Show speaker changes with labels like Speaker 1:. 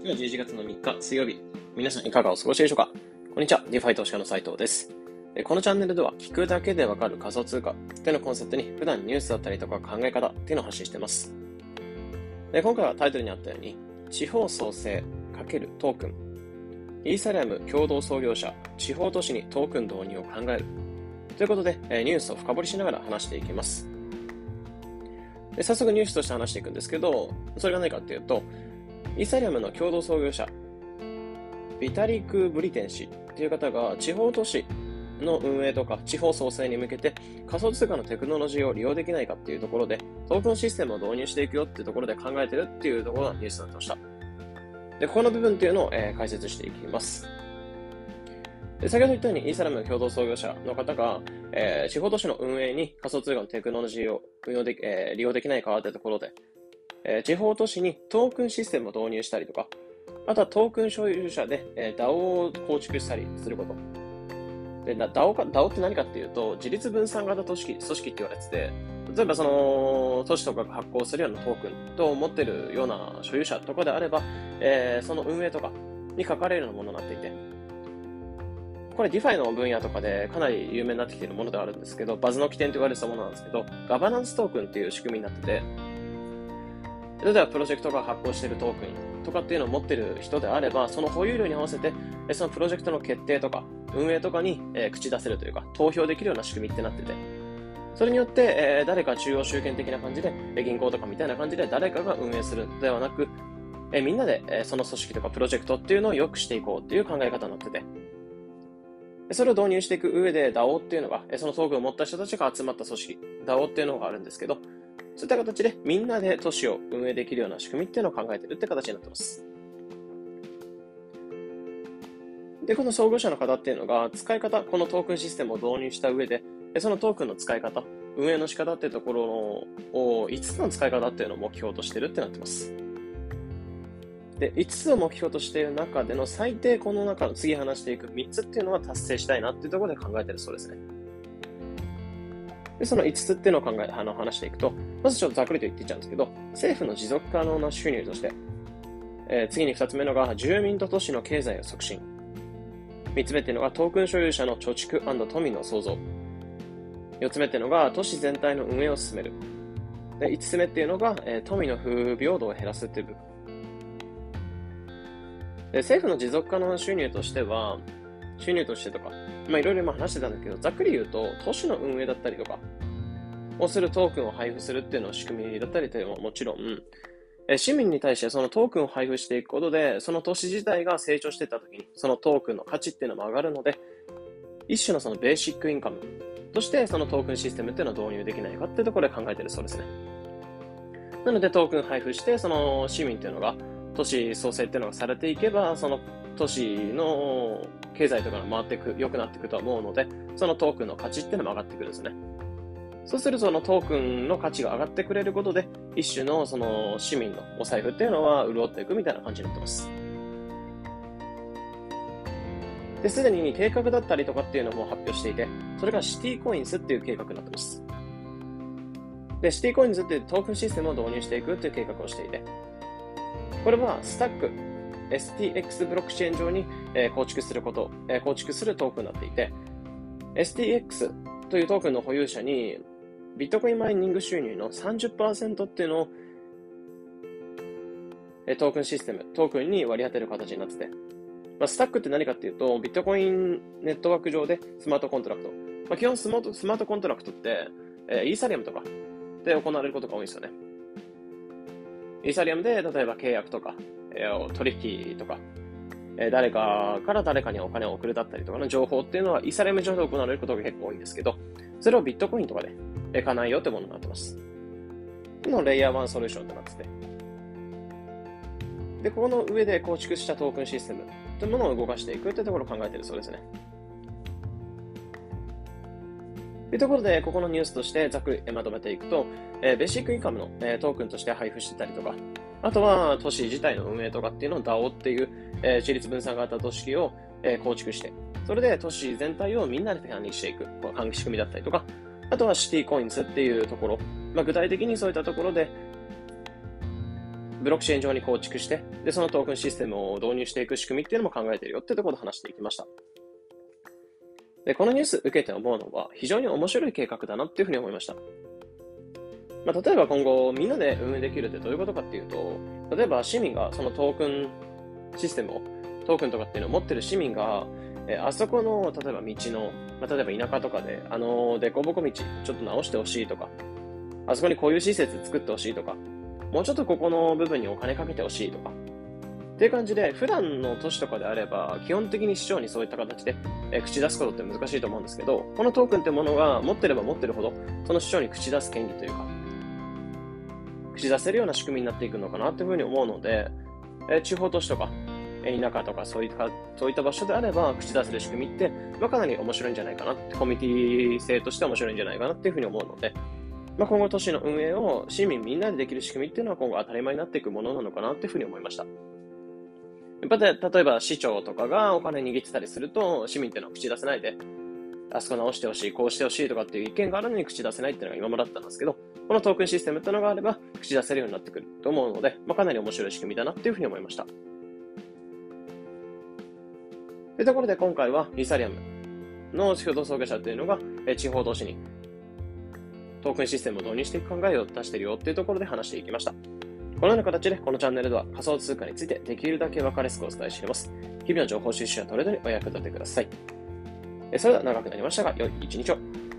Speaker 1: 今日は11月の3日水曜日。皆さんいかがお過ごしでしょうか。こんにちは。ディファイ投資家の斉藤です。このチャンネルでは聞くだけでわかる仮想通貨というのをコンセプトに普段ニュースだったりとか考え方っていうのを発信しています。今回はタイトルにあったように地方創生×トークン。イーサリアム共同創業者、地方都市にトークン導入を考える。ということで、ニュースを深掘りしながら話していきます。早速ニュースとして話していくんですけど、それが何かっていうと、イーサリアムの共同創業者、ビタリク・ブリテン氏という方が地方都市の運営とか地方創生に向けて仮想通貨のテクノロジーを利用できないかっていうところでトークンシステムを導入していくよっていうところで考えてるっていうところがニュースになってました。で、ここの部分っていうのを、解説していきます。で、先ほど言ったようにイーサリアムの共同創業者の方が、地方都市の運営に仮想通貨のテクノロジーを利用できないかというところで、地方都市にトークンシステムを導入したりとか、あとはトークン所有者で、DAO を構築したりすること。で、DAO って何かっていうと、自立分散型組織って言われてて、例えばその都市とかが発行するようなトークンと持ってるような所有者とかであれば、その運営とかに関われるようなものになっていて、これ DeFi の分野とかでかなり有名になってきているものではあるんですけど、バズの起点と言われてたものなんですけど、ガバナンストークンっていう仕組みになってて、例えばプロジェクトが発行しているトークンとかっていうのを持っている人であれば、その保有量に合わせて、そのプロジェクトの決定とか運営とかに口出せるというか、投票できるような仕組みってなってて、それによって誰か中央集権的な感じで、銀行とかみたいな感じで誰かが運営するのではなく、みんなでその組織とかプロジェクトっていうのを良くしていこうっていう考え方になってて、それを導入していく上で DAO っていうのが、そのトークンを持った人たちが集まった組織、DAO っていうのがあるんですけど、そういった形でみんなで都市を運営できるような仕組みっていうのを考えているって形になっています。で、この創業者の方っていうのが使い方、このトークンシステムを導入した上で、そのトークンの使い方、運営の仕方っていうところを5つの使い方っていうのを目標としているってなっています。で、5つを目標としている中での最低この中の次話していく3つっていうのは達成したいなっていうところで考えているそうですね。で、その5つっていうのを話していくと、まずちょっとざっくりと言っていっちゃうんですけど、政府の持続可能な収入として、次に2つ目のが住民と都市の経済を促進。3つ目っていうのがトークン所有者の貯蓄&富の創造。4つ目っていうのが都市全体の運営を進める。で、5つ目っていうのが、富の不平等を減らすっていう部分。で、政府の持続可能な収入としてとか、いろいろ今話してたんだけど、ざっくり言うと、都市の運営だったりとかをするトークンを配布するっていうのは仕組みだったりというのはもちろん、市民に対してそのトークンを配布していくことで、その都市自体が成長していったときに、そのトークンの価値っていうのも上がるので、一種のそのベーシックインカムとしてそのトークンシステムっていうのを導入できないかっていうところで考えているそうですね。なのでトークン配布して、その市民っていうのが都市創生っていうのがされていけば、その都市の経済とかが回って良くなっていくとは思うので、そのトークンの価値っていうのも上がってくるんですね。そうするとそのトークンの価値が上がってくれることで、一種のその市民のお財布っていうのは潤っていくみたいな感じになってます。で、すでに計画だったりとかっていうのも発表していて、それがシティコインズっていう計画になってます。で、シティコインズっていうトークンシステムを導入していくっていう計画をしていて、これはスタック、STX ブロックチェーン上に構築するトークンになっていて、STX というトークンの保有者にビットコインマイニング収入の 30% っていうのをトークンに割り当てる形になってて、スタックって何かっていうと、ビットコインネットワーク上でスマートコントラクト。基本スマートコントラクトって、イーサリアムとかで行われることが多いんですよね。イーサリアムで例えば契約とか、取引とか、誰かから誰かにお金を送るだったりとかの情報っていうのはイーサリアム上で行われることが結構多いんですけど、それをビットコインとかで叶えようってものになってます。このレイヤー1ソリューションとなってて。で、この上で構築したトークンシステムというものを動かしていくというところを考えているそうですね。というところで、ここのニュースとしてざっくりまとめていくと、ベーシックインカムのトークンとして配布してたりとか、あとは都市自体の運営とかっていうのを DAO っていう自立分散型都市を構築して、それで都市全体をみんなで管理していく仕組みだったりとか、あとはシティコインズっていうところ、具体的にそういったところでブロックチェーン上に構築して、で、そのトークンシステムを導入していく仕組みっていうのも考えているよっていうところで話していきました。で、このニュース受けて思うのは、非常に面白い計画だなっていうふうに思いました。例えば今後みんなで運営できるってどういうことかっていうと、例えば市民がそのトークンシステムを、トークンとかっていうのを持ってる市民が、あそこの、例えば道の、例えば田舎とかで、凸凹道ちょっと直してほしいとか、あそこにこういう施設作ってほしいとか、もうちょっとここの部分にお金かけてほしいとか、っていう感じで、普段の都市とかであれば、基本的に市長にそういった形で、口出すことって難しいと思うんですけど、このトークンってものが持ってれば持ってるほど、その市長に口出す権利というか、口出せるような仕組みになっていくのかなというふうに思うので、地方都市とか、田舎とかそういった場所であれば、口出せる仕組みって、かなり面白いんじゃないかなって、コミュニティ性としては面白いんじゃないかなっていうふうに思うので、今後都市の運営を市民みんなでできる仕組みっていうのは今後当たり前になっていくものなのかなっていうふうに思いました。例えば市長とかがお金握ってたりすると、市民っていうのは口出せないで、あそこ直してほしい、こうしてほしいとかっていう意見があるのに口出せないっていうのが今までだったんですけど、このトークンシステムっていうのがあれば、口出せるようになってくると思うので、かなり面白い仕組みだなっていうふうに思いました。というところで今回はイーサリアムの共同創業者というのが地方都市にトークンシステムを導入していく考えを出しているよっていうところで話していきました。このような形でこのチャンネルでは仮想通貨についてできるだけ分かりやすくお伝えしています。日々の情報収集やトレードにお役立てください。それでは長くなりましたが、良い一日を。